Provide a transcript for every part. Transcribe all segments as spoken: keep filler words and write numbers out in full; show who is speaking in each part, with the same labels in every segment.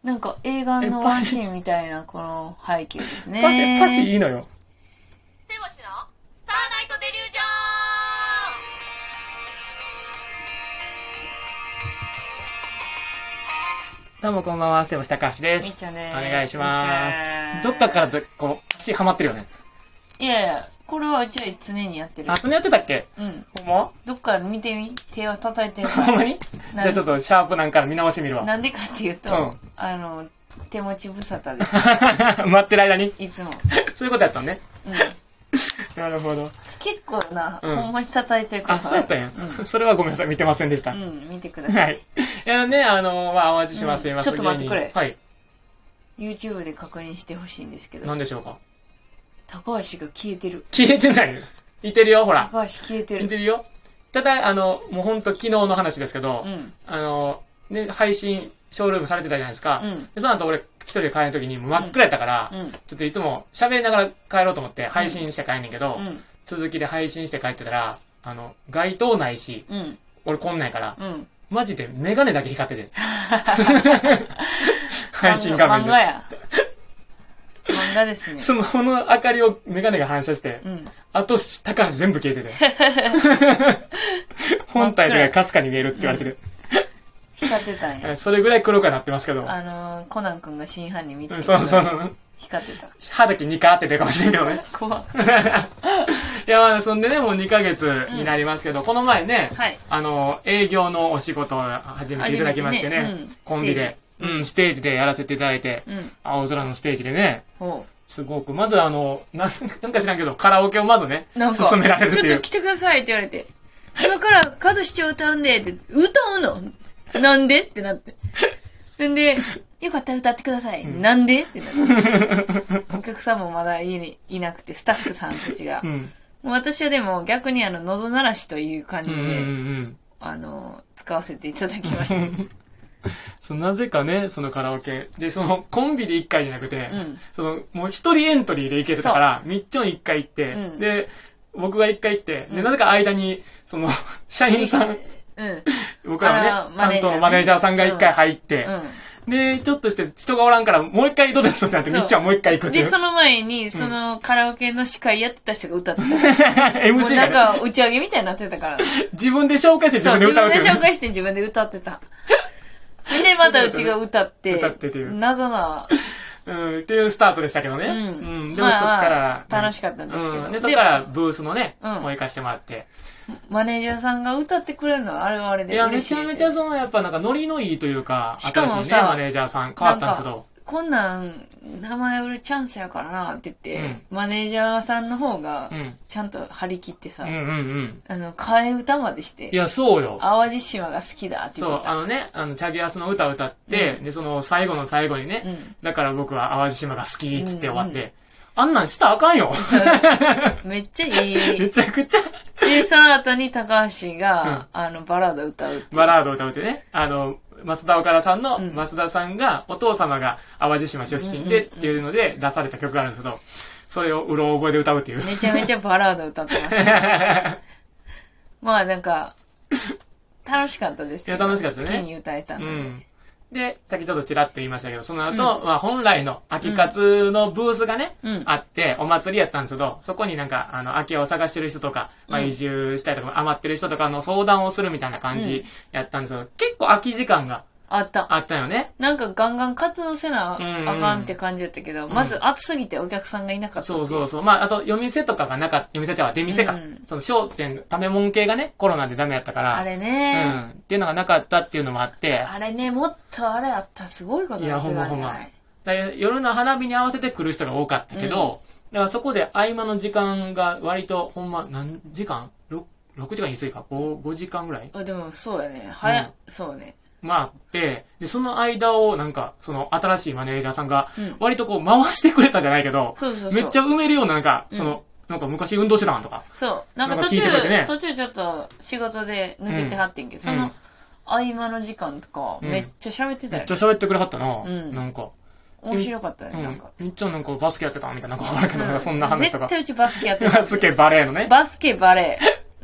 Speaker 1: なんか映画のワンシーンみたいなこの背景ですね。
Speaker 2: パシ、パシいいのよ。
Speaker 3: ステボシのスターナイトデリュージョ
Speaker 2: ン。どうもこんばんは、瀬星高橋です。
Speaker 1: みっちゃんです。
Speaker 2: お願いします。どっかからこう、足ハマってるよね。
Speaker 1: いやいや、これはうちは常にやってる。
Speaker 2: あ、常にやってたっけ？
Speaker 1: うん。
Speaker 2: ほんま？
Speaker 1: どっから見てみ、手は叩いてる
Speaker 2: から。ほんまに？じゃあちょっとシャープなんから見直してみるわ。
Speaker 1: なんでかっていうと、うん、あの、手持ち無沙汰で。
Speaker 2: 待ってる間に
Speaker 1: いつも。
Speaker 2: そういうことやったのね。
Speaker 1: うん。
Speaker 2: なるほど。
Speaker 1: 結構な、
Speaker 2: うん、
Speaker 1: ほんまに叩いてるから。
Speaker 2: あ、そうやったんや、うん。それはごめんなさい、見てませんでした。
Speaker 1: うん、見てください。
Speaker 2: はい。いやね、あの、まあ、お待ちします。
Speaker 1: うん、ちょっと待ってくれ。
Speaker 2: はい。
Speaker 1: YouTube で確認してほしいんですけど。
Speaker 2: 何でしょうか？
Speaker 1: 高橋が消えてる。
Speaker 2: 消えてないよ。いてるよ、ほら。
Speaker 1: 高橋消えてる。
Speaker 2: いてるよ。ただ、あの、もうほんと昨日の話ですけど、うん、あの、ね、配信、ショールームされてたじゃないですか。うん、でその後俺、一人で帰るときに真っ暗やったから、うん、ちょっといつも喋りながら帰ろうと思って配信して帰んねんけど、うん、続きで配信して帰ってたら、あの、街灯ないし、うん、俺こんなんやから、うん、マジでメガネだけ光ってて。配信画面で。
Speaker 1: 漫画や。漫画ですね。
Speaker 2: スマホの明かりをメガネが反射して、うん、あと、高橋全部消えてて。本体とかかすかに見えるって言われてる。
Speaker 1: 光ってたんや。
Speaker 2: それぐらい黒くなってますけど。
Speaker 1: あのー、コナン君が真犯人見つけて
Speaker 2: そうそうそう。
Speaker 1: 光ってた。
Speaker 2: 歯だけにかって出るかもしれんけどね。
Speaker 1: 怖っ。
Speaker 2: いや、まあ、そんでね、もうにかげつになりますけど、うん、この前ね、
Speaker 1: はい、
Speaker 2: あの、営業のお仕事を始めていただきましてね、ねうん、コンビで。うん、ステージでやらせていただいて、うん、青空のステージでね、すごく、まずあの、なん、なんか知らんけど、カラオケをまずね、勧められるっていう。
Speaker 1: ちょっと来てくださいって言われて、今からカズ市長歌うんで、って、歌うのなんでってなって。んで、よかったら歌ってください。うん、なんでってなって。お客さんもまだ家にいなくて、スタッフさんたちが。うん、もう私はでも逆にあの、のぞならしという感じで、うんうんうん、あの、使わせていただきました。
Speaker 2: そのなぜかね、そのカラオケ。で、そのコンビで一回じゃなくて、うん、そのもう一人エントリーで行けてたから、みっちょん一回行って、うん、で、僕が一回行って、で、なぜか間に、その、社員さん、うん、僕らのね、担当のマネージャーさんが一回入って、うんうん、で、ちょっとして人がおらんから、もう一回どうですってなって、みっちゃんもう一回行くっていう。
Speaker 1: で、その前に、そのカラオケの司会やってた人が歌ってた。
Speaker 2: エムシー が、
Speaker 1: ね。なんか打ち上げみたいになってたから。
Speaker 2: 自分で紹介して自分で歌うっていう。
Speaker 1: 自分で紹介して自分で歌ってた。で、またうちが歌って、
Speaker 2: 歌ってっていう。
Speaker 1: 謎な、
Speaker 2: うん、っていうスタートでしたけどね。うん。うん、でもそっから、
Speaker 1: まあ、楽しかったんですけど。
Speaker 2: うん、で、そっからブースのね、うん、もう行かしてもらって。
Speaker 1: マネージャーさんが歌ってくれるのはあれはあれで嬉しいですよ。
Speaker 2: いや、めちゃめちゃその、やっぱなんかノリのいいというか、しかもさ、新しいね、マネージャーさん変わったんですけど。
Speaker 1: こんなん、名前売るチャンスやからなって言って、うん、マネージャーさんの方が、ちゃんと張り切ってさ、うんうんうん、あの、替え歌までして。
Speaker 2: いや、そうよ。
Speaker 1: 淡路島が好きだって言ってた。
Speaker 2: そう、あのね、あの、チャギアスの歌を歌って、うん、で、その最後の最後にね、うん、だから僕は淡路島が好きっつって終わって、うんうん、あんなんしたらあかんよ。
Speaker 1: めっちゃいい。
Speaker 2: めちゃくちゃ。
Speaker 1: で、その後に高橋が、うん、あの、バラード歌うって。
Speaker 2: バラード歌うってね、あの、増田岡田さんの増田さんが、お父様が淡路島出身でっていうので出された曲があるんですけど、それをうろ覚えで歌うっていう。
Speaker 1: めちゃめちゃバラード歌ってました。まあなんか、楽しかったです。
Speaker 2: いや、楽しかったね。
Speaker 1: 好きに歌えたんで。うん
Speaker 2: で、さっきちょっとちらっと言いましたけど、その後、うん、まあ本来の秋活のブースがね、うん、あって、お祭りやったんですけど、そこになんか、あの、空き家を探してる人とか、まあ移住したいとか、余ってる人とかの相談をするみたいな感じやったんですけど、結構空き時間が、
Speaker 1: あった。
Speaker 2: あったよね。
Speaker 1: なんかガンガン活動せなあかんって感じだったけど、うんうん、まず暑すぎてお客さんがいなかった。
Speaker 2: そうそうそう。まあ、あと、夜店とかがなかった、夜店ちゃうわ、出店か。うん、その商店、食べ物系がね、コロナでダメやったから。
Speaker 1: あれね。
Speaker 2: うん。っていうのがなかったっていうのもあって。
Speaker 1: あれね、もっとあれあったらすごいことになってたんじゃない？いや、ほんまほんま。
Speaker 2: だ夜の花火に合わせて来る人が多かったけど、うん、だからそこで合間の時間が割と、ほんま、何時間 ?ろく、ろくじかん言い過ぎか 5, 5時間ぐらい
Speaker 1: あ、でもそうやね。早、うん、そうね。
Speaker 2: まああって、で、その間をなんか、その新しいマネージャーさんが、割とこう回してくれたじゃないけど、
Speaker 1: そうそうそう
Speaker 2: めっちゃ埋めるようななんか、その、うん、なんか昔運動してたんとか。
Speaker 1: そう。なんか途中、ね、途中ちょっと仕事で抜けてはってんけど、うん、その合間の時間とか、めっちゃ喋ってたよ、ね、
Speaker 2: めっちゃ喋ってくれはったな。うん、なんか。
Speaker 1: 面白かったね、うん、なんか。
Speaker 2: みっちゃんなんかバスケやってたみたいな、なんかわからんけど、なんかそんな話とか。
Speaker 1: 絶対うちバスケやってた。
Speaker 2: バスケバレーのね。
Speaker 1: バスケバレー。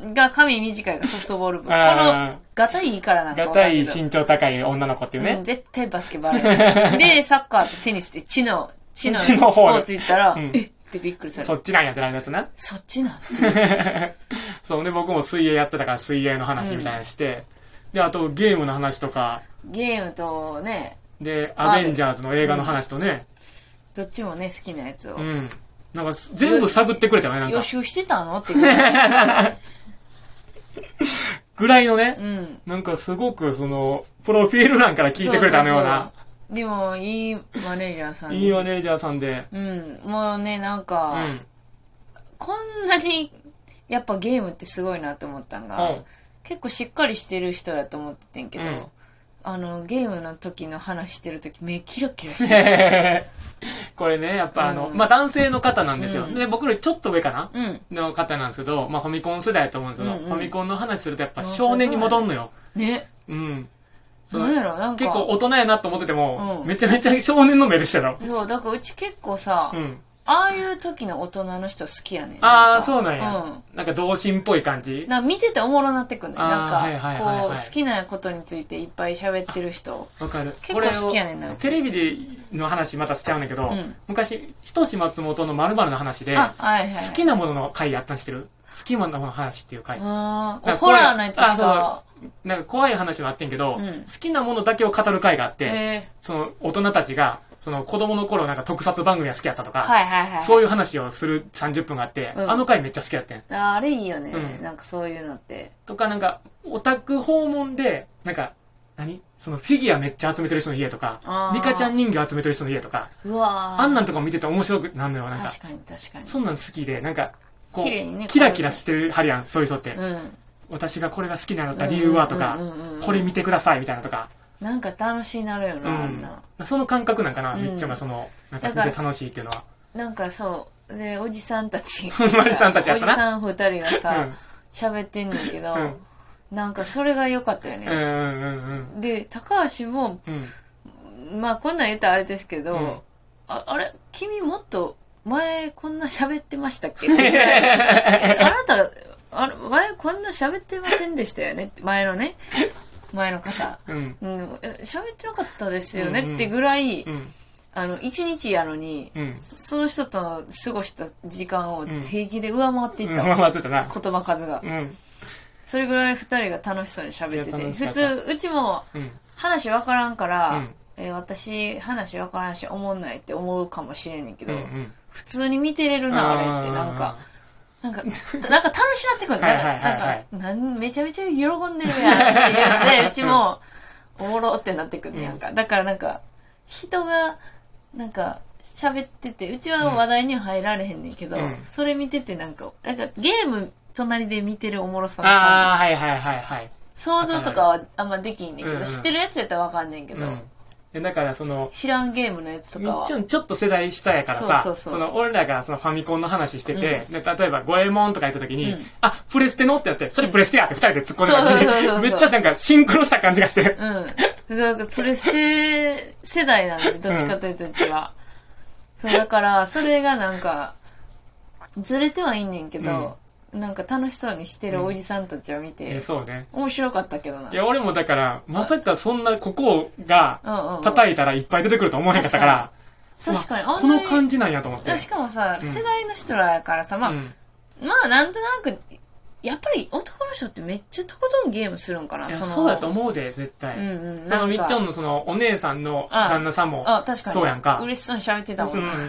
Speaker 1: が髪短いがソフトボール部。こ
Speaker 2: あー
Speaker 1: の、ガタイいいからなんか
Speaker 2: がたい
Speaker 1: わかんないけど。
Speaker 2: 身長高い女の子っていうね。
Speaker 1: うん、絶対バスケバレー。で、サッカーとテニスって知の、知のス
Speaker 2: 知の方
Speaker 1: ポーツ行ったら、
Speaker 2: うん
Speaker 1: えってびっくりされる。
Speaker 2: そっちなんやってなりますな。
Speaker 1: そっちなん
Speaker 2: そうね、僕も水泳やってたから水泳の話みたいなのして、うん、で、あとゲームの話とか、
Speaker 1: ゲームとね、
Speaker 2: で、アベンジャーズの映画の話とね、
Speaker 1: どっちもね、好きなやつを。
Speaker 2: うん。なんか全部探ってくれたよね、なんか。
Speaker 1: 予習してたのってぐらい。
Speaker 2: ぐらいのね、
Speaker 1: うん。
Speaker 2: なんかすごくその、プロフィール欄から聞いてくれたのような。
Speaker 1: そうそうそうでも、いいマネージャーさん。
Speaker 2: いいマネージャーさんで。
Speaker 1: うん。もうね、なん
Speaker 2: う
Speaker 1: か、
Speaker 2: ん。
Speaker 1: こんなに、やっぱゲームってすごいなって思ったんが、
Speaker 2: うん
Speaker 1: 結構しっかりしてる人だと思っててんけど、
Speaker 2: うん
Speaker 1: あの、ゲームの時の話してる時目キラキラしてる。
Speaker 2: これね、やっぱあの、
Speaker 1: うん
Speaker 2: まあ男性の方なんですよ。
Speaker 1: うん
Speaker 2: で、僕よりちょっと上かな、
Speaker 1: うん。
Speaker 2: の方なんですけど、まあファミコン世代だと思うんですけど、
Speaker 1: うんうん
Speaker 2: ファミコンの話するとやっぱ少年に戻んのよ。
Speaker 1: ね。
Speaker 2: うん。そう
Speaker 1: なんやろ、なんか。
Speaker 2: 結構大人やなと思ってても、
Speaker 1: うん
Speaker 2: めちゃめちゃ少年の目でしたよ。
Speaker 1: そう、だからうち結構さ、
Speaker 2: うん。
Speaker 1: ああいう時の大人の人好きやねん。
Speaker 2: ああ、
Speaker 1: か
Speaker 2: そうなんや。
Speaker 1: うん。
Speaker 2: なんか同心っぽい感じ。
Speaker 1: なんか見てておもろなってくんねん。
Speaker 2: あー
Speaker 1: なんか、
Speaker 2: はいはいはいはい
Speaker 1: こう、好きなことについていっぱい喋ってる人。
Speaker 2: わかる。
Speaker 1: 結構好きやねんな
Speaker 2: これを
Speaker 1: うち
Speaker 2: テレビでの話またしちゃうんだけど、
Speaker 1: うん
Speaker 2: 昔、ひとし松本の〇〇の話で、
Speaker 1: あ、はいはい。
Speaker 2: 好きなものの回やったんしてる好きなものの話っていう回。
Speaker 1: あ
Speaker 2: なん
Speaker 1: ー、
Speaker 2: か
Speaker 1: ホラーのやつし
Speaker 2: あ
Speaker 1: か。
Speaker 2: なんか怖い話もあってんけど、
Speaker 1: うん
Speaker 2: 好きなものだけを語る回があって、
Speaker 1: え
Speaker 2: その大人たちが、その子供の頃なんか特撮番組が好きやったとか、
Speaker 1: ー、はいはいはい。
Speaker 2: そういう話をするさんじゅっぷんがあって、
Speaker 1: うん
Speaker 2: あの回めっちゃ好きやってん。
Speaker 1: あーあれいいよね、
Speaker 2: うん
Speaker 1: なんかそういうのって。
Speaker 2: とかなんか、オタク訪問で、なんか、何そのフィギュアめっちゃ集めてる人の家とか
Speaker 1: あ、ー
Speaker 2: リカちゃん人形集めてる人の家とか、
Speaker 1: うわー
Speaker 2: あんなんとかも見てて面白くなるのよ、なんか。
Speaker 1: 確かに確かに。
Speaker 2: そんなん好きで、なんか、こう、
Speaker 1: 綺麗にね
Speaker 2: キラキラしてるはるやん、そういう人って。
Speaker 1: うん。
Speaker 2: 私がこれが好きなのだった理由はとか
Speaker 1: うんうんうんうん、
Speaker 2: これ見てくださいみたいなとか。
Speaker 1: なんか楽しいなるよな、あんな。
Speaker 2: うん。その感覚なんかな、
Speaker 1: うん
Speaker 2: みっちゃんがその、なんか
Speaker 1: だから
Speaker 2: 見て楽しいっていうのは。
Speaker 1: なんかそう。で、おじさんたち。
Speaker 2: おじさんたちやったな
Speaker 1: おじさん二人が
Speaker 2: う
Speaker 1: さ
Speaker 2: ん、
Speaker 1: 喋、ってんねんけど、
Speaker 2: うん
Speaker 1: なんかそれが良かったよね。
Speaker 2: うんうんうん
Speaker 1: で、高橋も、
Speaker 2: うん。
Speaker 1: まあこんなん言ったらあれですけど、
Speaker 2: うん
Speaker 1: ああれ君もっと前こんな喋ってましたっけえあなた、あれ前こんな喋ってませんでしたよねって前のね、前の方。
Speaker 2: うん。
Speaker 1: うん、え喋ってなかったですよ
Speaker 2: うんうん
Speaker 1: ねってぐらい、
Speaker 2: うん。
Speaker 1: あの、一日やのに、
Speaker 2: うん
Speaker 1: その人との過ごした時間を平気で上回っていった
Speaker 2: うん。
Speaker 1: わ、
Speaker 2: 回ってたな。
Speaker 1: 言葉数が。
Speaker 2: うん。
Speaker 1: それぐらい二人が楽しそうに喋って
Speaker 2: いや
Speaker 1: て、
Speaker 2: 楽しかった
Speaker 1: 普通、うちも
Speaker 2: うん。
Speaker 1: 話わからんから、
Speaker 2: うん
Speaker 1: えー私話わからんし思んないって思うかもしれんねんけど、
Speaker 2: うんうん。
Speaker 1: 普通に見てれるな、あれって、なんか、なんか、なんか楽しなってくる。
Speaker 2: はい
Speaker 1: なんか、
Speaker 2: はいはいはい
Speaker 1: なんか、なんめちゃめちゃ喜んでるやんって言って、うちも、おもろってなってくるねやんか。だからなんか、人が、なんか、喋ってて、うちは話題には入られへんねんけど、
Speaker 2: うん
Speaker 1: それ見ててなんか、なんかゲーム隣で見てるおもろさの感
Speaker 2: ああ、はいはいはいはい。
Speaker 1: じ。想像とかはあんまできんねんけど、
Speaker 2: うんうん
Speaker 1: 知ってるやつやったらわかんねんけど、
Speaker 2: うん。でだからその、
Speaker 1: 知らんゲームのやつとかは
Speaker 2: みっち。ゃんちょっと世代下やからさ、
Speaker 1: そうそうそう
Speaker 2: その俺らがそのファミコンの話してて、で例えば五右衛門とか言った時に、
Speaker 1: うん
Speaker 2: あ、プレステのってやって、それプレステやって二人で突っ込んでた時
Speaker 1: そうそうそうそう
Speaker 2: に、めっちゃなんかシンクロした感じがして。
Speaker 1: うん。そうそう、プレステ世代なんで、どっちかというとうちは。そう、だから、それがなんか、ずれてはいんねんけど、なんか楽しそうにしてるおじさんたちを見て、
Speaker 2: えそうね。
Speaker 1: 面白かったけどな。
Speaker 2: いや、俺もだから、まさかそんなここが
Speaker 1: うんうんうん、
Speaker 2: 叩いたらいっぱい出てくると思わへんかったから、
Speaker 1: 確かに、
Speaker 2: うわこ
Speaker 1: あんなに
Speaker 2: の感じなんやと思って。
Speaker 1: しかもさ、
Speaker 2: うん
Speaker 1: 世代の人らやからさ、まあ、
Speaker 2: うん
Speaker 1: まあなんとなく、やっぱり男の人ってめっちゃとことんゲームするんかな、
Speaker 2: いや、
Speaker 1: の
Speaker 2: そうやと思うで、絶対。
Speaker 1: うんうん。
Speaker 2: そのみっちゃん
Speaker 1: の、
Speaker 2: のそのお姉さんの旦那さんも、
Speaker 1: あ、確かに。
Speaker 2: そうやんか。
Speaker 1: 嬉しそうに喋ってたも
Speaker 2: うんん
Speaker 1: な。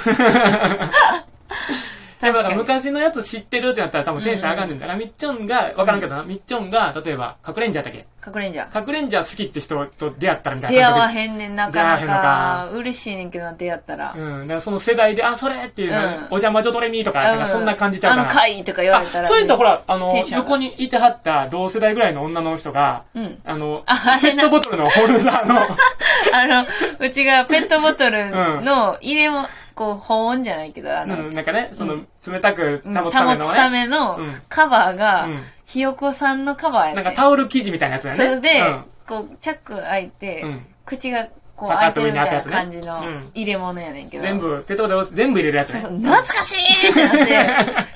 Speaker 2: だから
Speaker 1: 確かに。
Speaker 2: 昔のやつ知ってるってなったら多分テンション上がんねんだから、みっちゃんが、わからんけどな、みっちゃんが、例えば、隠れんじゃーだっけ
Speaker 1: 隠れんじゃん。
Speaker 2: 隠れんじゃー好きって人と出会ったらみたい
Speaker 1: 出会わ
Speaker 2: な感
Speaker 1: へんねん、なか
Speaker 2: 出会わへんの
Speaker 1: なか
Speaker 2: か。
Speaker 1: 嬉しいねんけど、出会ったら。
Speaker 2: うん。だからその世代で、あ、それっていうの、
Speaker 1: うん
Speaker 2: お邪魔女ドレミとか、なんかそんな感じちゃうかな。
Speaker 1: あの回とか言われたら。
Speaker 2: あ、そういったほら、あの
Speaker 1: テン、ション上がる
Speaker 2: 横にいてはった同世代ぐらいの女の人が、
Speaker 1: うん
Speaker 2: あの、
Speaker 1: ああれな
Speaker 2: ペットボトルのホルダーの、
Speaker 1: あの、うちがペットボトルの入れも、こう、保温じゃないけど、あの、
Speaker 2: うん、なんかね、その、冷たく
Speaker 1: うん
Speaker 2: 保つための
Speaker 1: 保つた
Speaker 2: ね、
Speaker 1: めの
Speaker 2: うん
Speaker 1: カバーが
Speaker 2: うん、
Speaker 1: ひよこさんのカバーやね
Speaker 2: なんかタオル生地みたいなやつだよね。
Speaker 1: それで
Speaker 2: うん、
Speaker 1: こう、チャック開いて
Speaker 2: うん、
Speaker 1: 口がこう
Speaker 2: パカッと
Speaker 1: 開いてるみたいな
Speaker 2: 上に開くやつね
Speaker 1: 感じの
Speaker 2: うん
Speaker 1: 入れ物やねんけど。
Speaker 2: 全部、ペットボトルを全部入れるやつね。
Speaker 1: そうそう、懐かしいってなって、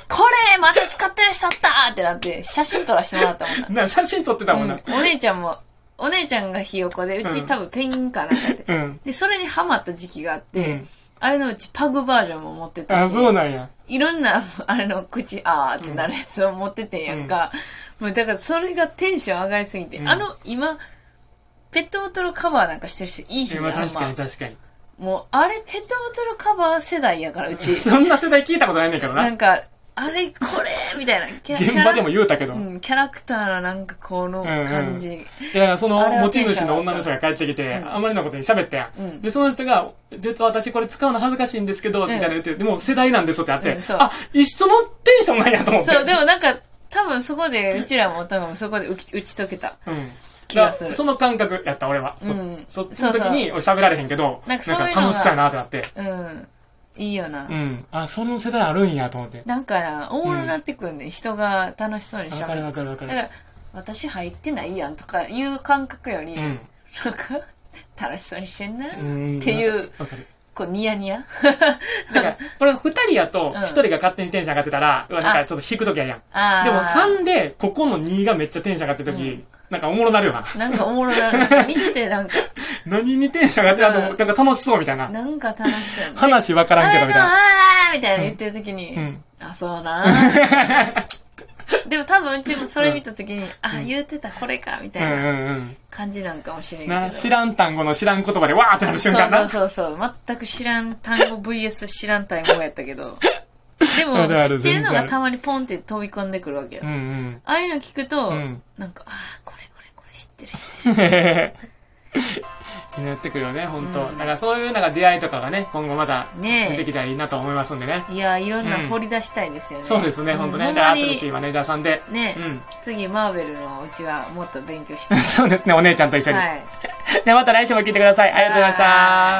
Speaker 1: これまた使ってる人おったってなって、写真撮らせてもらったもんな。
Speaker 2: な、写真撮ってたもんな。
Speaker 1: うん、お姉ちゃんも、お姉ちゃんがひよこで、うち、うん、多分ペンギンかなって、うん。で、それにハマった時期があって、うん、あれのうちパグバージョンも持ってたし。
Speaker 2: あ、そうなんや。
Speaker 1: いろんな、あれの口、あーってなるやつを持っててんやんか。うん、もうだからそれがテンション上がりすぎて、うん、あの、今、ペットボトルカバーなんかしてる人いい人やん。
Speaker 2: 確かに確かに。
Speaker 1: もう、あれペットボトルカバー世代やから、うち。
Speaker 2: そんな世代聞いたことないねんけどな。
Speaker 1: なんか、あれ、これみたいな。
Speaker 2: 現場でも言うたけど。
Speaker 1: うん、キャラクターのなんかこの感じ。うんうん、い
Speaker 2: や、その持ち主の女の人が帰ってきて、うん、あまりのことに喋ったやん。うん、で、その人が、ちょっと私これ使うの恥ずかしいんですけど、みたいな言って、でも世代なんですってあって、うん、あ、一緒のテンションなんやと思って。
Speaker 1: そう、でもなんか、多分そこで、うちらも多分そこで打ち打ち解けた。うん気がする。
Speaker 2: その感覚やった、俺は。そ、うん、そ、その時に俺喋られへんけど、なんかそういうのが楽しそうやなってなって。
Speaker 1: うん。いいよな。
Speaker 2: うん。あ、その世代あるんやと思って。
Speaker 1: なんかな、おもろなってくんね、うん、人が楽しそうに
Speaker 2: 喋る。わかるわかるわかる。
Speaker 1: だから、私入ってないやんとかいう感覚より、うん、なんか、楽しそうにしてんなっていう、わかる。こう、ニヤニヤ
Speaker 2: だから、これ二人やと、一人が勝手にテンション上がってたら、うん、なんかちょっと引くときややん。でも三で、ここのにがめっちゃテンション上がってるとき、うんなんかおもろなるよな。
Speaker 1: なんかおもろなる。見ててなんか。
Speaker 2: 何にテンション上がってると思う。なんか楽しそうみたいな。
Speaker 1: なんか楽しそう。
Speaker 2: 話わからんけどみたいな。
Speaker 1: あーみたいな言ってるときに、うん、あ、そうなでも多分うちもそれ見たときに、うん、あ、言ってたこれかみたいな感じなんかもしれんけど。
Speaker 2: な、知らん単語の知らん言葉でわーってなる瞬間な。
Speaker 1: そうそうそう。全く知らん単語 ブイエス 知らん単語やったけど。でも、知ってるのがたまにポンって飛び込んでくるわけよ。うんうん、ああいうの聞くと、うん、なんか、ああ、これこれこれ知ってる知ってる。
Speaker 2: 気になってくるよね、ほんと。うん、だからそういうなんか出会いとかがね、今後また出てきたらいいなと思いますんでね。
Speaker 1: いや、いろんな掘り出したいですよね。
Speaker 2: うん、そうですね、ほんとね。で、アートしいマネージャーさんで。
Speaker 1: ね、うん、次、マーベルのうちはもっと勉強して。
Speaker 2: そうですね、お姉ちゃんと一緒に。はい。で、また来週も聞いてください。ありがとうございました。